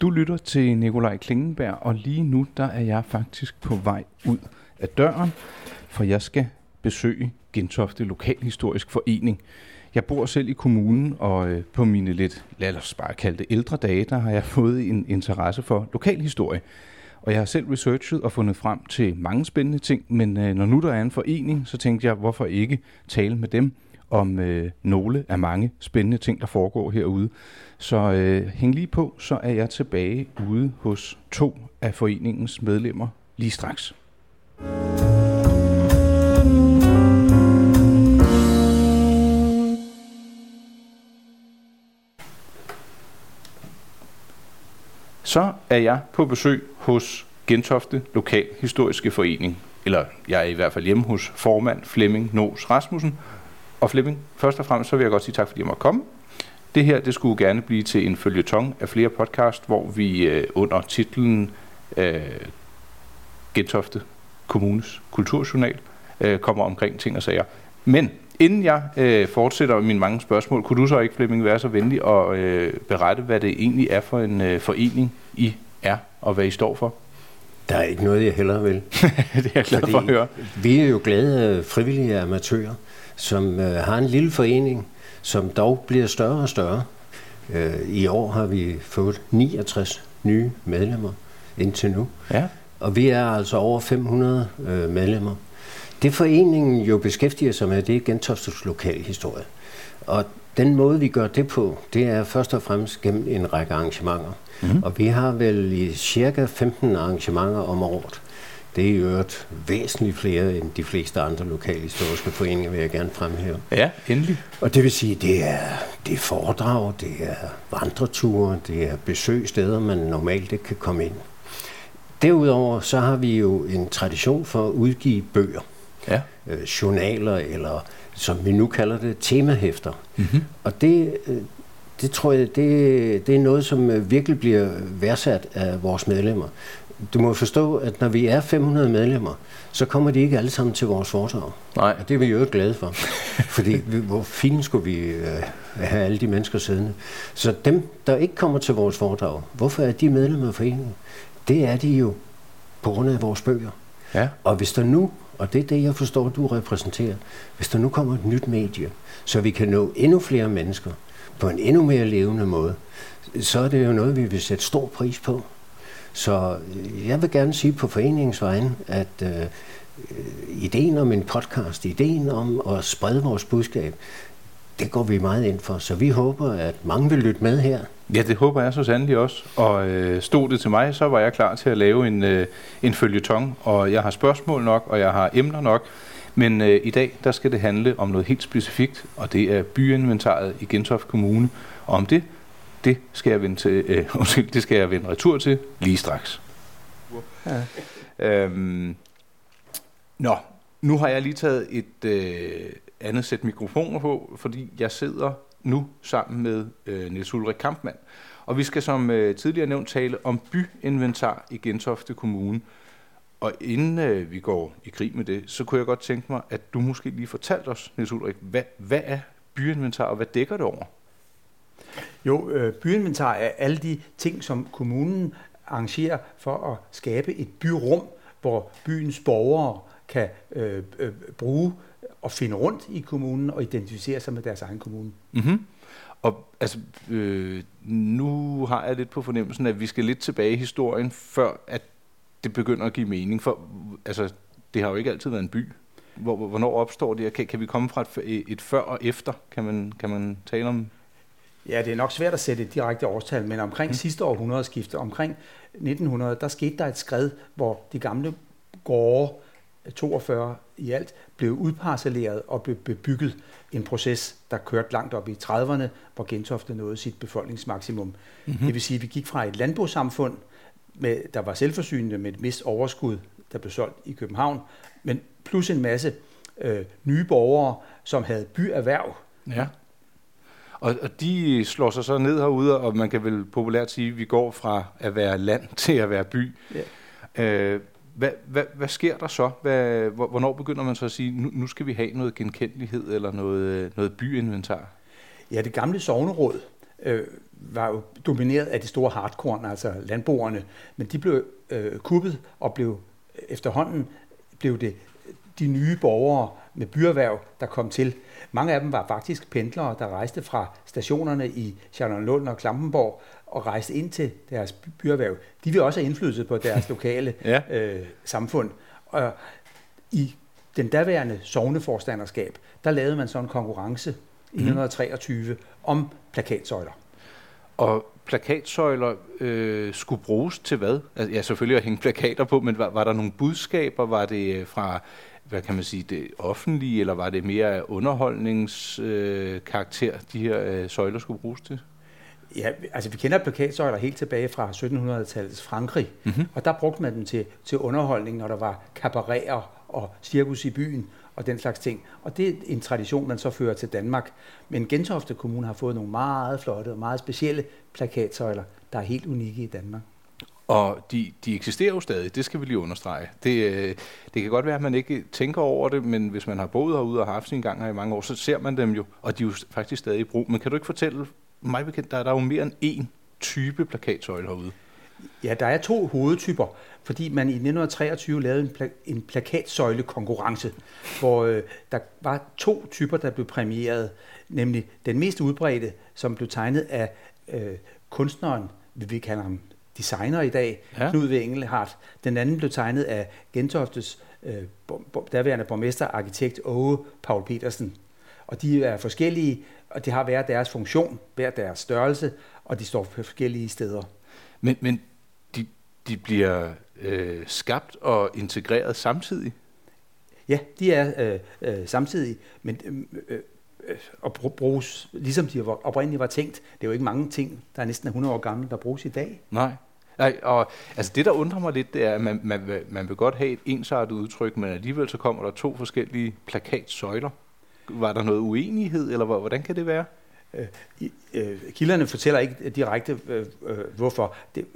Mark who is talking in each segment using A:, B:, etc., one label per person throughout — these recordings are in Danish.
A: Du lytter til Nikolaj Klingenberg, og lige nu der er jeg faktisk på vej ud af døren, for jeg skal besøge Gentofte Lokalhistorisk Forening. Jeg bor selv i kommunen, og på mine lidt, lad os bare kalde det ældre dage, der har jeg fået en interesse for lokalhistorie. Og jeg har selv researchet og fundet frem til mange spændende ting, men når nu der er en forening, så tænkte jeg, hvorfor ikke tale med dem om nogle af mange spændende ting, der foregår herude. Så hæng lige på, så er jeg tilbage ude hos 2 af foreningens medlemmer lige straks. Så er jeg på besøg hos Gentofte Lokalhistoriske Forening. Eller jeg er i hvert fald hjemme hos formand Flemming Noos Rasmussen. Og Flemming, først og fremmest så vil jeg godt sige tak, fordi jeg måtte komme. Det her, det skulle gerne blive til en føljeton af flere podcast, hvor vi under titlen Gentofte Kommunes Kulturjournal kommer omkring ting og sager. Men inden jeg fortsætter med mine mange spørgsmål, kunne du så ikke, Flemming, være så venlig at berette, hvad det egentlig er for en forening, I er, og hvad I står for?
B: Der er ikke noget, jeg hellere vil.
A: Det er jeg glad for at høre.
B: Vi er jo glade frivillige amatører, som har en lille forening, som dog bliver større og større. I år har vi fået 69 nye medlemmer indtil nu.
A: Ja.
B: Og vi er altså over 500 medlemmer. Det foreningen jo beskæftiger sig med, det er Gentoftes lokalhistorie. Og den måde, vi gør det på, det er først og fremmest gennem en række arrangementer. Mm-hmm. Og vi har vel i cirka 15 arrangementer om året. Det er i øvrigt væsentligt flere end de fleste andre lokalhistoriske foreninger, vil jeg gerne fremhæve.
A: Ja, endelig.
B: Og det vil sige, det er foredrag, det er vandreture, det er besøgssteder, man normalt ikke kan komme ind. Derudover så har vi jo en tradition for at udgive bøger, journaler eller som vi nu kalder det, temahæfter. Mm-hmm. Og det tror jeg, det er noget, som virkelig bliver værdsat af vores medlemmer. Du må forstå, at når vi er 500 medlemmer, så kommer de ikke alle sammen til vores foredrag.
A: Nej.
B: Og det er vi jo glade for. Fordi hvor fint skulle vi have alle de mennesker siddende. Så dem, der ikke kommer til vores foredrag, hvorfor er de medlemmer af foreningen? Det er de jo på grund af vores bøger.
A: Ja.
B: Og hvis der nu, og det er det, jeg forstår, du repræsenterer, hvis der nu kommer et nyt medie, så vi kan nå endnu flere mennesker på en endnu mere levende måde, så er det jo noget, vi vil sætte stor pris på. Så jeg vil gerne sige på foreningens vegne, at ideen om en podcast, ideen om at sprede vores budskab, det går vi meget ind for. Så vi håber, at mange vil lytte med her.
A: Ja, det håber jeg så sandelig også. Og stod det til mig, så var jeg klar til at lave en føljeton. Og jeg har spørgsmål nok, og jeg har emner nok. Men i dag, der skal det handle om noget helt specifikt, og det er byinventaret i Gentofte Kommune. Og om det skal jeg vende retur til lige straks. Ja. Nu har jeg lige taget et andet sæt mikrofoner på, fordi jeg sidder nu sammen med Niels Ulrik Kampmann. Og vi skal som tidligere nævnt tale om byinventar i Gentofte Kommune. Og inden vi går i krig med det, så kunne jeg godt tænke mig, at du måske lige fortalte os, Niels Ulrik, hvad er byinventar, og hvad dækker det over?
C: Jo, byinventar er alle de ting, som kommunen arrangerer for at skabe et byrum, hvor byens borgere kan bruge og finde rundt i kommunen og identificere sig med deres egen kommune.
A: Mm-hmm. Og altså, nu har jeg lidt på fornemmelsen, at vi skal lidt tilbage i historien, før at det begynder at give mening. For altså, det har jo ikke altid været en by. Hvornår opstår det? Kan vi komme fra et før og efter? Kan man tale om?
C: Ja, det er nok svært at sætte et direkte årstal, men omkring sidste århundredeskifte, omkring 1900, der skete der et skred, hvor de gamle gårde, 42 i alt, blev udparcelleret og blev bebygget. En proces, der kørte langt op i 30'erne, hvor Gentofte nåede sit befolkningsmaksimum. Mm-hmm. Det vil sige, at vi gik fra et landbrugssamfund, der var selvforsynende med et vist overskud, der blev solgt i København, men plus en masse nye borgere, som havde byerhverv.
A: Ja. Og de slår sig så ned herude, og man kan vel populært sige, at vi går fra at være land til at være by. Ja. Hvad sker der så? Hvornår begynder man så at sige, nu skal vi have noget genkendelighed eller noget byinventar?
C: Ja, det gamle sogneråd var jo domineret af de store hardkorn, altså landboerne, men de blev kuppet og blev efterhånden blev det de nye borgere med byerhverv, der kom til. Mange af dem var faktisk pendlere, der rejste fra stationerne i Charlottenlund og Klampenborg og rejste ind til deres byerhverv. De vil også have indflydelse på deres lokale samfund. Og i den daværende sogneforstanderskab, der lavede man sådan en konkurrence i 1923 om plakatsøjler.
A: Og plakatsøjler skulle bruges til hvad? Altså, ja, selvfølgelig at hænge plakater på, men var der nogle budskaber? Var det fra, hvad kan man sige, det offentlige, eller var det mere underholdningskarakter, de her søjler skulle bruges til?
C: Ja, altså vi kender plakatsøjler helt tilbage fra 1700-tallets Frankrig, og der brugte man dem til underholdning, når der var cabareter og cirkus i byen og den slags ting. Og det er en tradition, man så fører til Danmark. Men Gentofte Kommune har fået nogle meget flotte og meget specielle plakatsøjler, der er helt unikke i Danmark.
A: Og de eksisterer jo stadig, det skal vi lige understrege. Det kan godt være, at man ikke tænker over det, men hvis man har boet herude og haft sin gang her i mange år, så ser man dem jo, og de er jo faktisk stadig i brug. Men kan du ikke fortælle mig bekendt, der er jo mere end én type plakatsøjle herude?
C: Ja, der er 2 hovedtyper, fordi man i 1923 lavede en plakatsøjlekonkurrence, hvor der var 2 typer, der blev præmieret, nemlig den mest udbredte, som blev tegnet af kunstneren, vi kalder ham designer i dag, Knud V. Engelhardt. Den anden blev tegnet af Gentoftes daværende borgmester, arkitekt Åge Paul Petersen. Og de er forskellige, og de har hver deres funktion, hver deres størrelse, og de står på forskellige steder.
A: Men de bliver skabt og integreret samtidig?
C: Ja, de er samtidig, men og bruges, ligesom de oprindeligt var tænkt. Det er jo ikke mange ting, der er næsten 100 år gamle, der bruges i dag.
A: Nej, og altså det, der undrer mig lidt, det er, at man vil godt have et ensartet udtryk, men alligevel så kommer der 2 forskellige plakatsøjler. Var der noget uenighed, eller hvordan kan det være?
C: Kilderne fortæller ikke direkte, hvorfor.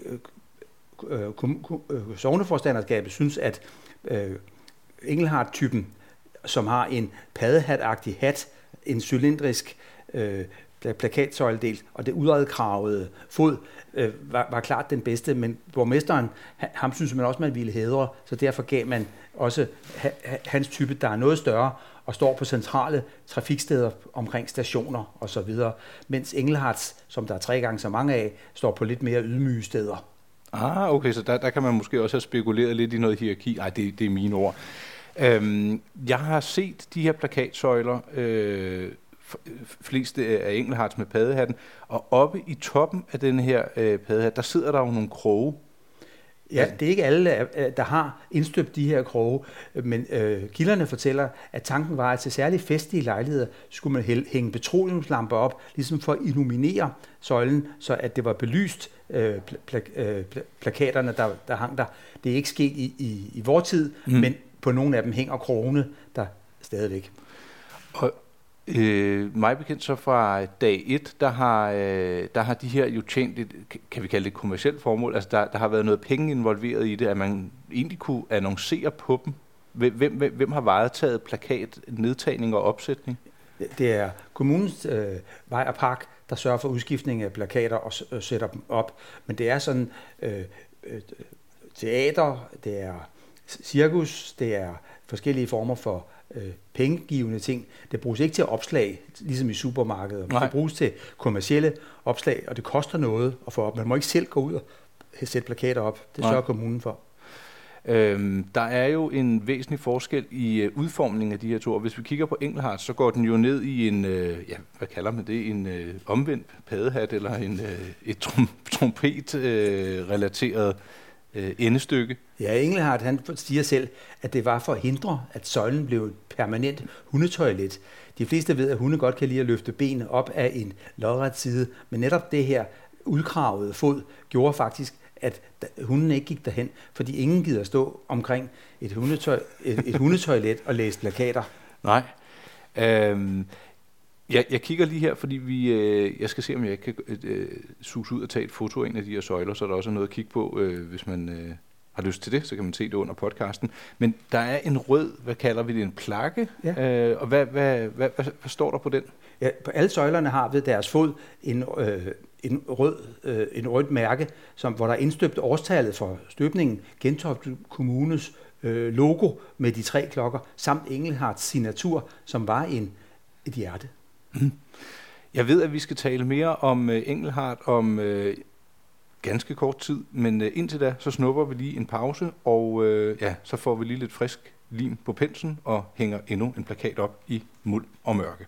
C: Sogneforstanderskabet synes, at Engelhardt-typen, som har en paddehatagtig hat, en cylindrisk plakatsøjledel, og det udadkravede fod, var klart den bedste, men borgmesteren, ham synes man også, man ville hædre, så derfor gav man også hans type, der er noget større, og står på centrale trafiksteder omkring stationer osv., mens Engelhardts, som der er 3 gange så mange af, står på lidt mere ydmyge steder.
A: Okay, så der kan man måske også have spekuleret lidt i noget hierarki. Nej, det er mine ord. Jeg har set de her plakatsøjler, flest af Engelhardts med paddehatten, og oppe i toppen af den her paddehat, der sidder der jo nogle kroge.
C: Ja, det er ikke alle, der har indstøbt de her kroge, men kilderne fortæller, at tanken var, at til særligt festlige lejligheder skulle man hænge petroleumslamper op, ligesom for at illuminere søjlen, så at det var belyst plakaterne, der hang der. Det er ikke sket i vor tid, men på nogle af dem hænger krogene der stadigvæk.
A: Og mig bekendt så fra dag 1, der har de her jo tjent et, kan vi kalde det kommercielt formål, altså der har været noget penge involveret i det, at man egentlig kunne annoncere på dem. Hvem har varetaget plakat, nedtagning og opsætning?
C: Det er kommunens vej og park, der sørger for udskiftning af plakater og sætter dem op. Men det er sådan teater, det er cirkus, det er forskellige former for pengegivende ting. Det bruges ikke til opslag, ligesom i supermarkedet. Det bruges til kommercielle opslag, og det koster noget at få op. Man må ikke selv gå ud og sætte plakater op. Det sørger kommunen for.
A: Der er jo en væsentlig forskel i udformningen af de her 2. Hvis vi kigger på Engelhardt, så går den jo ned i en, hvad kalder man det, en omvendt paddehat, eller et trompet-relateret endestykke.
C: Ja, Engelhardt, han siger selv, at det var for at hindre, at søjlen blev et permanent hundetoilet. De fleste ved, at hunde godt kan lide at løfte benene op af en lodret side, men netop det her udkravede fod gjorde faktisk, at hunden ikke gik derhen, fordi ingen gider stå omkring et hundetoilet og læse plakater.
A: Nej. Jeg kigger lige her, fordi jeg skal se, om jeg kan suse ud og tage et foto af en af de her søjler, så der også er noget at kigge på, hvis man har lyst til det, så kan man se det under podcasten. Men der er en rød, hvad kalder vi det, en plakke, og hvad står der på den?
C: Ja, på alle søjlerne har ved deres fod en rødt mærke, hvor der er indstøbt årstallet for støbningen, Gentofte Kommunes logo med de 3 klokker, samt Engelhardts signatur, som var et hjerte.
A: Jeg ved, at vi skal tale mere om Engelhardt om ganske kort tid, men indtil da, så snupper vi lige en pause, og så får vi lige lidt frisk lim på penslen og hænger endnu en plakat op i muld og mørke.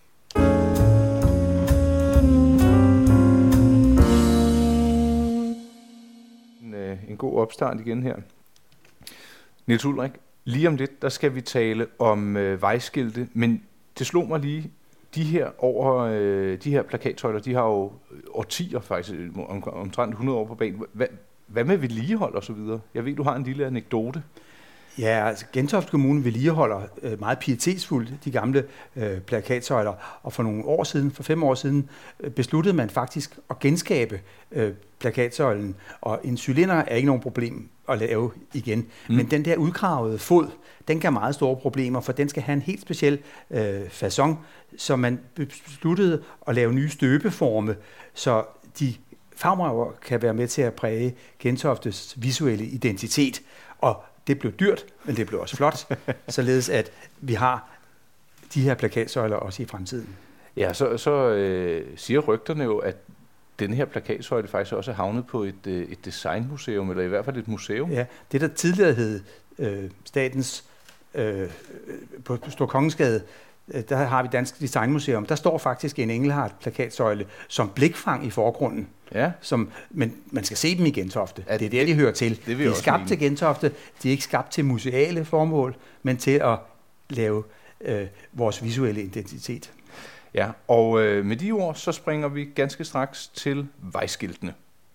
A: En god opstart igen her. Niels Ulrik, lige om lidt, der skal vi tale om vejskilte, men det slog mig lige, de her plakatsøjler, de har jo årtier faktisk, omtrent 100 år på banen. Hvad med vedligehold og så videre? Jeg ved, du har en lille anekdote.
C: Ja, altså Gentofte Kommune vedligeholder meget pietetsfuldt de gamle plakatsøjler, og for 5 år siden, besluttede man faktisk at genskabe plakatsøjlen, og en cylinder er ikke nogen problem at lave igen. Men den der udgravede fod, den kan meget store problemer, for den skal have en helt speciel facon, så man besluttede at lave nye støbeforme, så de farver kan være med til at præge Gentoftes visuelle identitet. Og det blev dyrt, men det blev også flot, således at vi har de her plakatsøjler også i fremtiden.
A: Ja, så siger rygterne jo, at den her plakatsøjle faktisk også er havnet på et designmuseum, eller i hvert fald et museum.
C: Ja, det der tidligere hed statens på Store Kongensgade, der har vi Dansk Designmuseum. Der står faktisk en Engelhardt plakatsøjle som blikfang i forgrunden.
A: Ja.
C: Men man skal se dem i Gentofte. Ja, det er der, de hører til. De er skabt til Gentofte. De er ikke skabt til museale formål, men til at lave vores visuelle identitet.
A: Ja, og med de ord, så springer vi ganske straks til vejskiltene.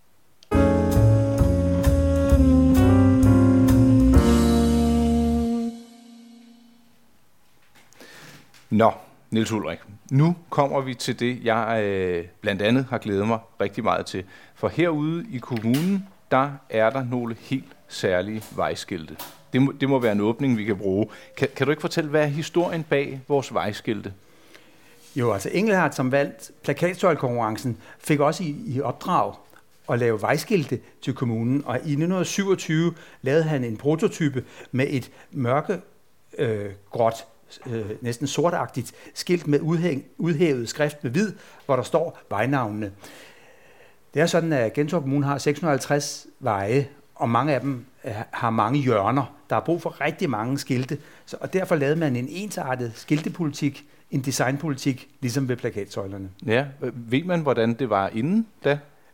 A: Nå, Niels Ulrik, nu kommer vi til det, jeg blandt andet har glædet mig rigtig meget til. For herude i kommunen, der er der nogle helt særlige vejskilte. Det må være en åbning, vi kan bruge. Kan du ikke fortælle, hvad er historien bag vores vejskilte?
C: Jo, altså Engelhardt, som vandt plakatsøjlekonkurrencen, fik også i opdrag at lave vejskilte til kommunen, og i 1927 lavede han en prototype med et mørkegråt, næsten sortagtigt skilt med udhævet skrift med hvid, hvor der står vejnavnene. Det er sådan, at Gentofte Kommune har 650 veje, og mange af dem har mange hjørner. Der er brug for rigtig mange skilte, og derfor lavede man en ensartet skiltepolitik, en designpolitik, ligesom ved plakatsøjlerne.
A: Ja, ved man, hvordan det var inden da?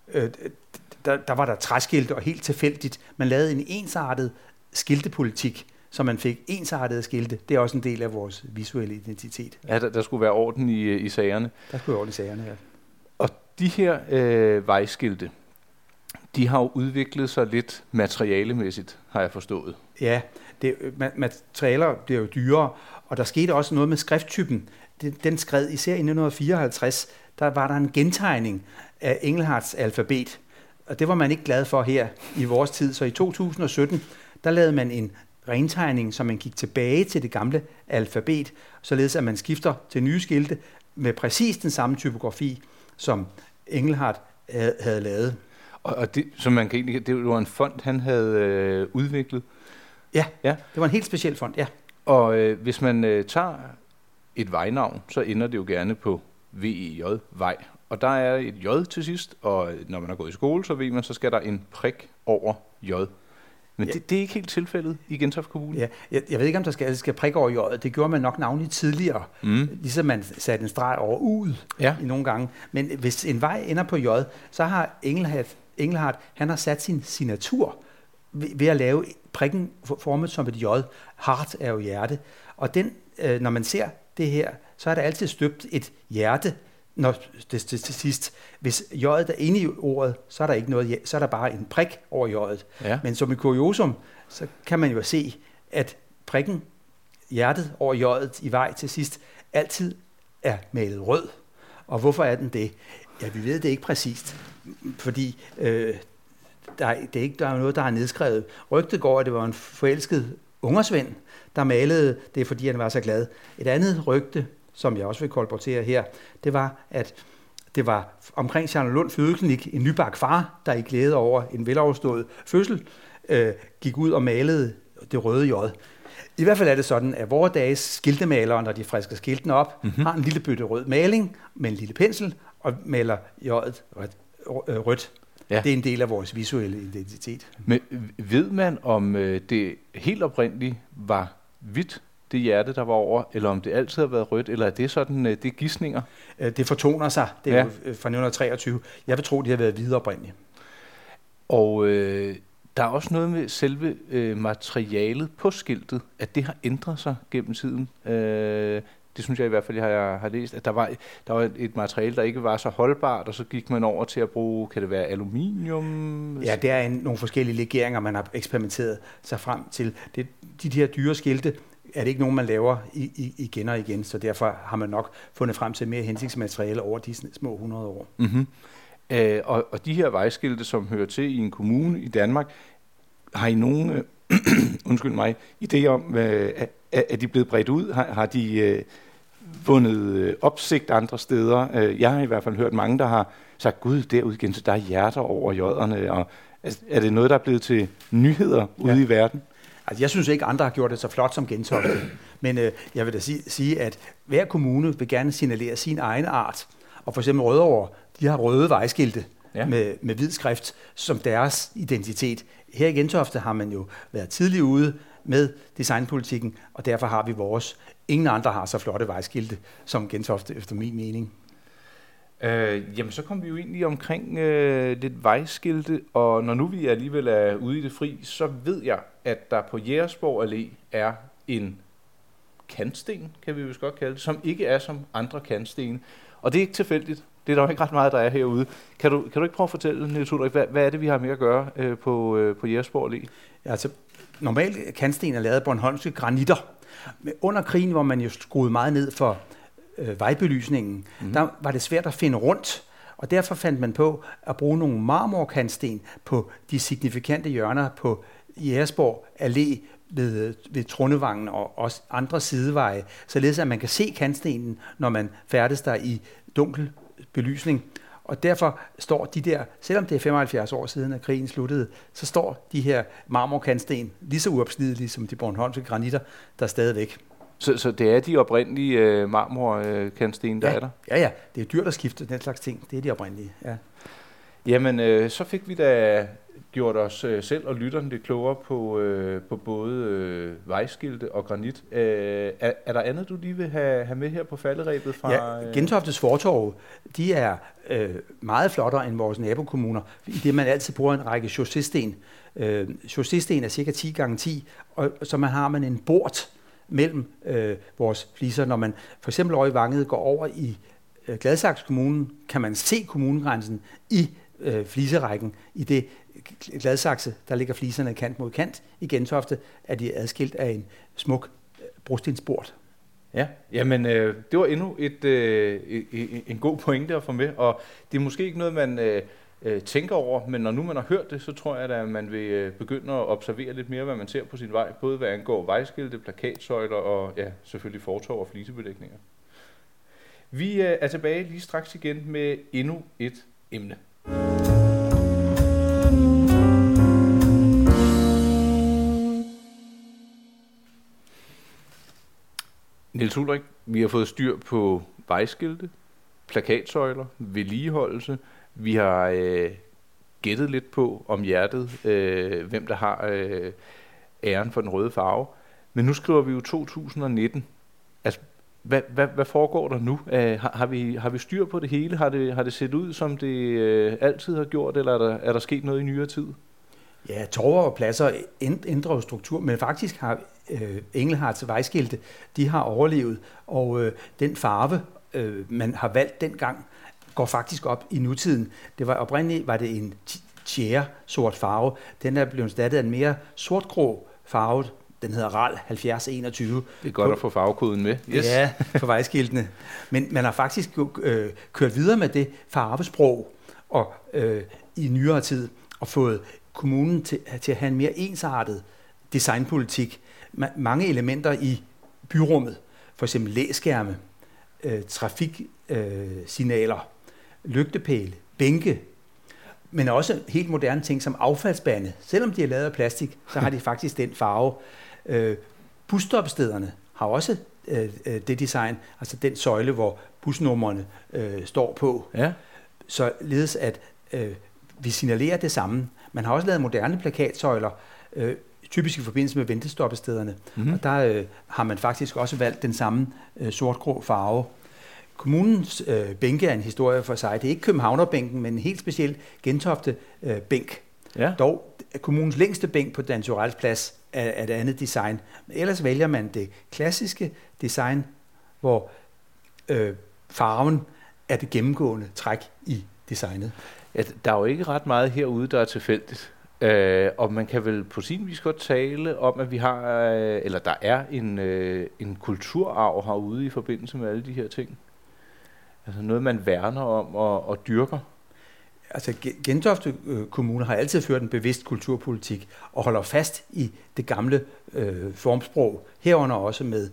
C: Der var der træskilte, og helt tilfældigt. Man lavede en ensartet skiltepolitik, så man fik ensartede skilte. Det er også en del af vores visuelle identitet.
A: Ja, der skulle være orden i sagerne.
C: Der skulle være orden i sagerne, ja.
A: Og de her vejskilte, de har jo udviklet sig lidt materialemæssigt, har jeg forstået. Ja,
C: materialer bliver jo dyrere, og der skete også noget med skrifttypen. Den skred især i 1954, der var der en gentegning af Engelhardts alfabet, og det var man ikke glad for her i vores tid. Så i 2017, der lavede man en rentegning, så man gik tilbage til det gamle alfabet, således at man skifter til nye skilte med præcis den samme typografi, som Engelhardt havde lavet.
A: Og det, som man kan egentlig, det var en font, han havde udviklet?
C: Ja, det var en helt speciel font, ja.
A: Og hvis man tager et vejnavn, så ender det jo gerne på VEJ, vej. Og der er et J til sidst, og når man har gået i skole, så ved man, så skal der en prik over J. Men det er ikke helt tilfældet i Gentofte Kommune. Ja,
C: jeg ved ikke, om der skal prik over J'et. Det gjorde man nok navnligt tidligere, ligesom man satte en streg over U'et i nogle gange. Men hvis en vej ender på J, så har Engelhardt, han har sat sin signatur ved at lave prikken formet som et J. Hart er jo hjerte. Og den, når man ser det her, så er der altid støbt et hjerte, når det til sidst. Hvis J'et er inde i ordet, så er der ikke noget, så er der bare en prik over J'et. Ja. Men som et kuriosum, så kan man jo se, at prikken, hjertet over J'et i vej til sidst, altid er malet rød. Og hvorfor er den det? Ja, vi ved det ikke præcist, fordi der er noget, der er nedskrevet. Rygtet går, at det var en forelsket ungersvend, der malede det, fordi han var så glad. Et andet rygte, som jeg også vil kolportere her, det var, at det var omkring Charlottenlund Fødeklinik en nybagt far, der i glæde over en veloverstået fødsel, gik ud og malede det røde J. I hvert fald er det sådan, at vores dages skiltemalere, når de frisker skiltene op, har en lille bøtte rød maling med en lille pensel og maler J'et rødt. Ja. Det er en del af vores visuelle identitet.
A: Men ved man, om det helt oprindeligt var hvidt, det hjerte, der var over, eller om det altid har været rødt, eller er det sådan, det er gidsninger?
C: Det fortoner sig. Det er jo fra 1923. Jeg vil tro, det har været hvide oprindeligt.
A: Og der er også noget med selve materialet på skiltet, at det har ændret sig gennem tiden. Det synes jeg i hvert fald, jeg har læst, at der var et materiale, der ikke var så holdbart, og så gik man over til at bruge, kan det være aluminium?
C: Ja, det er nogle forskellige legeringer, man har eksperimenteret sig frem til. De her dyre skilte er det ikke nogen, man laver igen og igen, så derfor har man nok fundet frem til mere hensigtsmateriale over de små 100 år.
A: Mm-hmm. Og de her vejskilte, som hører til i en kommune i Danmark, har I nogen idé om, at de er blevet bredt ud? Har de vundet opsigt andre steder? Jeg har i hvert fald hørt mange, der har sagt, gud, derude igen, så der er hjerter over J'erne. Og er det noget, der er blevet til nyheder ude i verden?
C: Altså, jeg synes ikke, andre har gjort det så flot som Gentofte. Men jeg vil da sige, at hver kommune vil gerne signalere sin egen art. Og for eksempel Rødovre, de har røde vejskilte med hvid skrift som deres identitet. Her i Gentofte har man jo været tidligt ude med designpolitikken, og derfor har vi vores. Ingen andre har så flotte vejskilte som Gentofte, efter min mening.
A: Jamen, så kom vi jo egentlig omkring lidt vejskilte, og når nu vi alligevel er ude i det fri, så ved jeg, at der på Jægersborg Allé er en kantsten, kan vi jo godt kalde det, som ikke er som andre kantsten. Og det er ikke tilfældigt. Det er der jo ikke ret meget, der er herude. Kan du ikke prøve at fortælle, Niels Ulrik, hvad er det, vi har med at gøre på Jægersborg Allé?
C: Ja, altså, normalt kantsten er lavet af bornholmske granitter. Men under krigen, hvor man jo skruede meget ned for vejbelysningen, der var det svært at finde rundt, og derfor fandt man på at bruge nogle marmorkantsten på de signifikante hjørner på Jægersborg Allé ved Trundevangen og også andre sideveje, således at man kan se kantstenen, når man færdes der i dunkel belysning. Og derfor står de der, selvom det er 75 år siden, at krigen sluttede, så står de her marmorkantsten lige så uopslidelige som de bornholmske granitter, der stadigvæk.
A: Så det er de oprindelige marmorkantsten, der er der?
C: Ja, det er dyrt at skifte den slags ting. Det er de oprindelige, ja.
A: Jamen, så fik vi da gjort os selv og lytterne lidt klogere på både vejskilte og granit. Er der andet, du lige vil have med her på falderebet fra?
C: Ja, Gentoftes fortorv, de er meget flottere end vores nabokommuner, i det man altid bruger en række chaussésten. Chaussésten er cirka 10 x 10, og så har man en bort mellem vores fliser. Når man for eksempel over i Vanget går over i Gladsaxe Kommune, kan man se kommunegrænsen i fliserækken. I det Gladsaxe, der ligger fliserne kant mod kant. I Gentofte er de adskilt af en smuk brostensbort.
A: Ja, jamen det var endnu en god pointe at få med, og det er måske ikke noget, man tænker over, men når nu man har hørt det, så tror jeg, at man vil begynde at observere lidt mere, hvad man ser på sin vej, både hvad angår vejskilte, plakatsøjler og ja, selvfølgelig fortov og flisebelægninger. Vi er tilbage lige straks igen med endnu et emne. Niels Ulrik, vi har fået styr på vejskilte, plakatsøjler, vedligeholdelse. Vi har gættet lidt på om hjertet, hvem der har æren for den røde farve. Men nu skriver vi jo 2019. Altså, hvad foregår der nu? Har vi styr på det hele? Har det set ud, som det altid har gjort, eller er der sket noget i nyere tid?
C: Ja, torve og pladser ændrer struktur, men faktisk har Engelhardts vejskilte, de har overlevet, og den farve, man har valgt dengang, går faktisk op i nutiden. Det var oprindeligt var det en tjære-sort farve. Den er blevet erstattet af en mere sortgrå farve. Den hedder RAL 7021.
A: Det er godt at få farvekoden med.
C: Yes. Ja, på vejskiltene. Men man har faktisk kørt videre med det farvesprog og i nyere tid. og fået kommunen til at have en mere ensartet designpolitik. Mange elementer i byrummet, for eksempel læskærme, trafiksignaler, lygtepæle, bænke, men også helt moderne ting som affaldsbande. Selvom de er lavet af plastik, så har de faktisk den farve. Busstoppestederne har også det design, altså den søjle, hvor busnumrene står på. Ja. Således at vi signalerer det samme. Man har også lavet moderne plakatsøjler, typisk i forbindelse med ventestoppestederne. Mm-hmm. Og der har man faktisk også valgt den samme sort-grå farve. Kommunens bænke er en historie for sig. Det er ikke Københavnerbænken, men en helt speciel Gentofte bænk. Ja. Dog kommunens længste bænk på Dan Turells plads er et andet design. Men ellers vælger man det klassiske design, hvor farven er det gennemgående træk i designet.
D: Ja, der er jo ikke ret meget herude, der er tilfældigt. Og man kan vel på sin vis godt tale om, at vi har, eller der er en kulturarv herude i forbindelse med alle de her ting. Altså noget, man værner om og dyrker.
C: Altså Gentofte Kommune har altid ført en bevidst kulturpolitik og holder fast i det gamle formsprog, herunder også med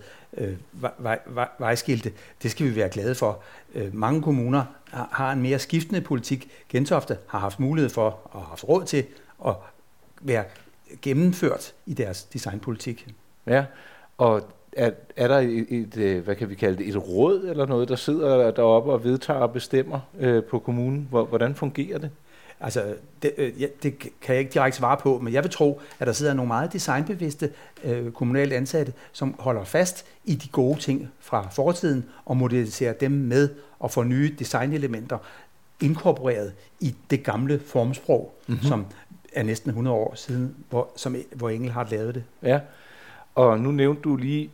C: vejskilte. Det skal vi være glade for. Mange kommuner har en mere skiftende politik. Gentofte har haft mulighed for og haft råd til at være gennemført i deres designpolitik.
D: Ja, og er der et hvad kan vi kalde det, et råd eller noget, der sidder deroppe og vedtager og bestemmer på kommunen? Hvordan fungerer det?
C: Altså, det kan jeg ikke direkte svare på, men jeg vil tro, at der sidder nogle meget designbevidste kommunalt ansatte, som holder fast i de gode ting fra fortiden og moderniserer dem med og får nye designelementer inkorporeret i det gamle formsprog, som er næsten 100 år siden, hvor Engelhardt lavede det.
D: Ja. Og nu nævnte du lige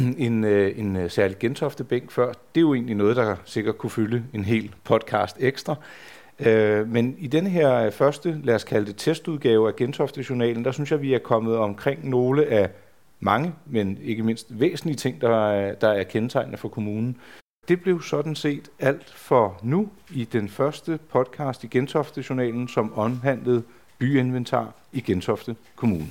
D: en særlig Gentofte-bænk før. Det er jo egentlig noget, der sikkert kunne fylde en hel podcast ekstra. Men i denne her første, lad os kalde det testudgave af Gentofte-journalen, der synes jeg, vi er kommet omkring nogle af mange, men ikke mindst væsentlige ting, der er kendetegnende for kommunen. Det blev sådan set alt for nu i den første podcast i Gentofte-journalen, som omhandlede byinventar i Gentofte Kommune.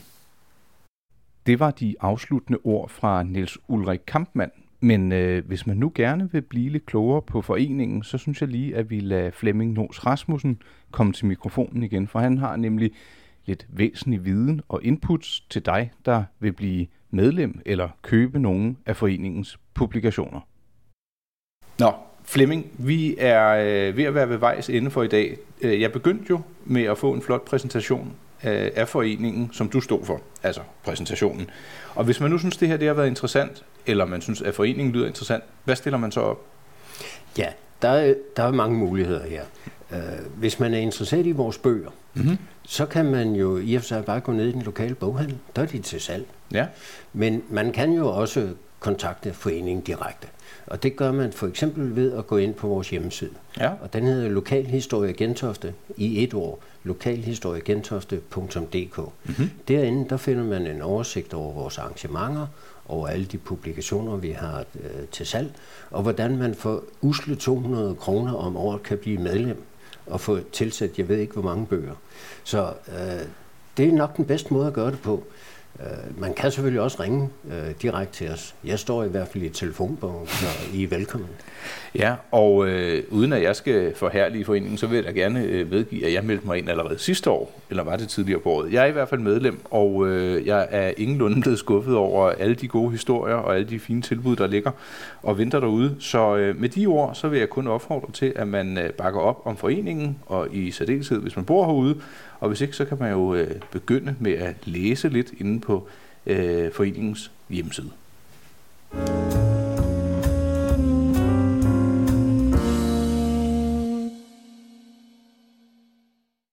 A: Det var de afsluttende ord fra Niels Ulrik Kampmann. Men hvis man nu gerne vil blive lidt klogere på foreningen, så synes jeg lige, at vi lader Flemming Noos Rasmussen komme til mikrofonen igen, for han har nemlig lidt væsentlig viden og inputs til dig, der vil blive medlem eller købe nogle af foreningens publikationer.
D: Nå, Flemming, vi er ved at være ved vejs ende for i dag. Jeg begyndte jo med at få en flot præsentation af foreningen, som du stod for, altså præsentationen. Og hvis man nu synes, det her det har været interessant, eller man synes, at foreningen lyder interessant, hvad stiller man så op?
B: Ja, der er mange muligheder her. Hvis man er interesseret i vores bøger, så kan man jo i og for sig bare gå ned i den lokale boghandel. Der er de til salg. Ja. Men man kan jo også kontakte foreningen direkte. Og det gør man for eksempel ved at gå ind på vores hjemmeside. Ja. Og den hedder Lokalhistorie Gentofte i et ord. Lokalhistoriegentofte.dk. Derinde der finder man en oversigt over vores arrangementer, over alle de publikationer, vi har til salg, og hvordan man for usle 200 kroner om året kan blive medlem og få tilsat, jeg ved ikke hvor mange bøger. Så det er nok den bedste måde at gøre det på. Man kan selvfølgelig også ringe direkte til os. Jeg står i hvert fald i telefonbogen, så I er velkommen.
D: Ja, og uden at jeg skal forherlige foreningen, så vil jeg da gerne vedgive, at jeg meldte mig ind allerede sidste år, eller var det tidligere på året. Jeg er i hvert fald medlem, og jeg er ingenlunde blevet skuffet over alle de gode historier og alle de fine tilbud, der ligger og venter derude. Så med de ord, så vil jeg kun opfordre til, at man bakker op om foreningen, og i særdeleshed, hvis man bor herude. Og hvis ikke, så kan man jo begynde med at læse lidt inde på foreningens hjemmeside.